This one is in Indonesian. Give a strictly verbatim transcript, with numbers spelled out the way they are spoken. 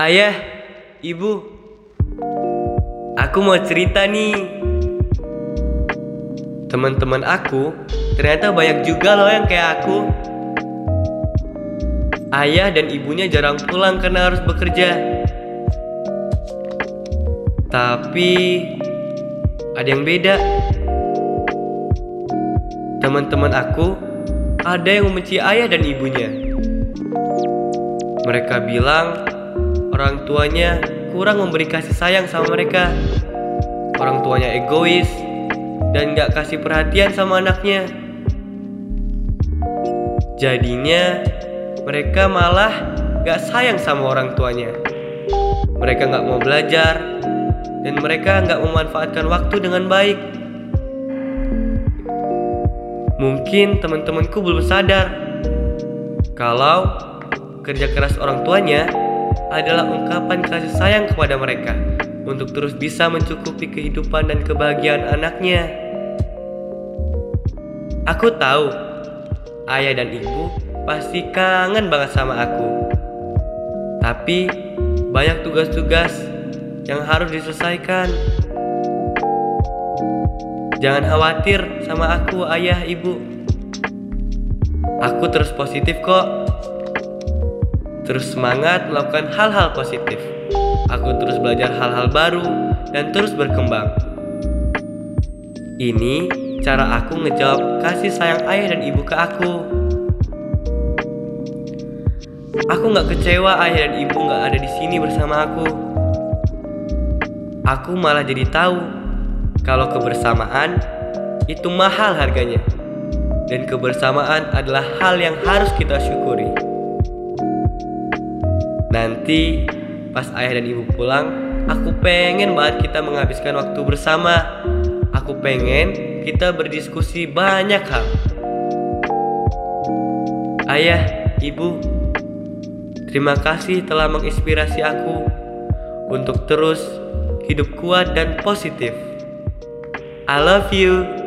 Ayah, ibu, aku mau cerita nih. Teman-teman aku ternyata banyak juga loh yang kayak aku. Ayah dan ibunya jarang pulang karena harus bekerja. Tapi ada yang beda. Teman-teman aku ada yang membenci ayah dan ibunya. Mereka bilang orang tuanya kurang memberi kasih sayang sama mereka. Orang tuanya egois dan gak kasih perhatian sama anaknya. Jadinya mereka malah gak sayang sama orang tuanya. Mereka gak mau belajar dan mereka gak memanfaatkan waktu dengan baik. Mungkin teman-temanku belum sadar kalau kerja keras orang tuanya adalah ungkapan kasih sayang kepada mereka untuk terus bisa mencukupi kehidupan dan kebahagiaan anaknya. Aku tahu ayah dan ibu pasti kangen banget sama aku. Tapi banyak tugas-tugas yang harus diselesaikan. Jangan khawatir sama aku, ayah, ibu. Aku terus positif kok. Terus semangat melakukan hal-hal positif. Aku terus belajar hal-hal baru dan terus berkembang. Ini cara aku ngejawab kasih sayang ayah dan ibu ke aku. Aku gak kecewa ayah dan ibu gak ada di sini bersama aku. Aku malah jadi tahu kalau kebersamaan itu mahal harganya. Dan kebersamaan adalah hal yang harus kita syukuri. Nanti pas ayah dan ibu pulang, aku pengen banget kita menghabiskan waktu bersama. Aku pengen kita berdiskusi banyak hal. Ayah, ibu, terima kasih telah menginspirasi aku untuk terus hidup kuat dan positif. I love you.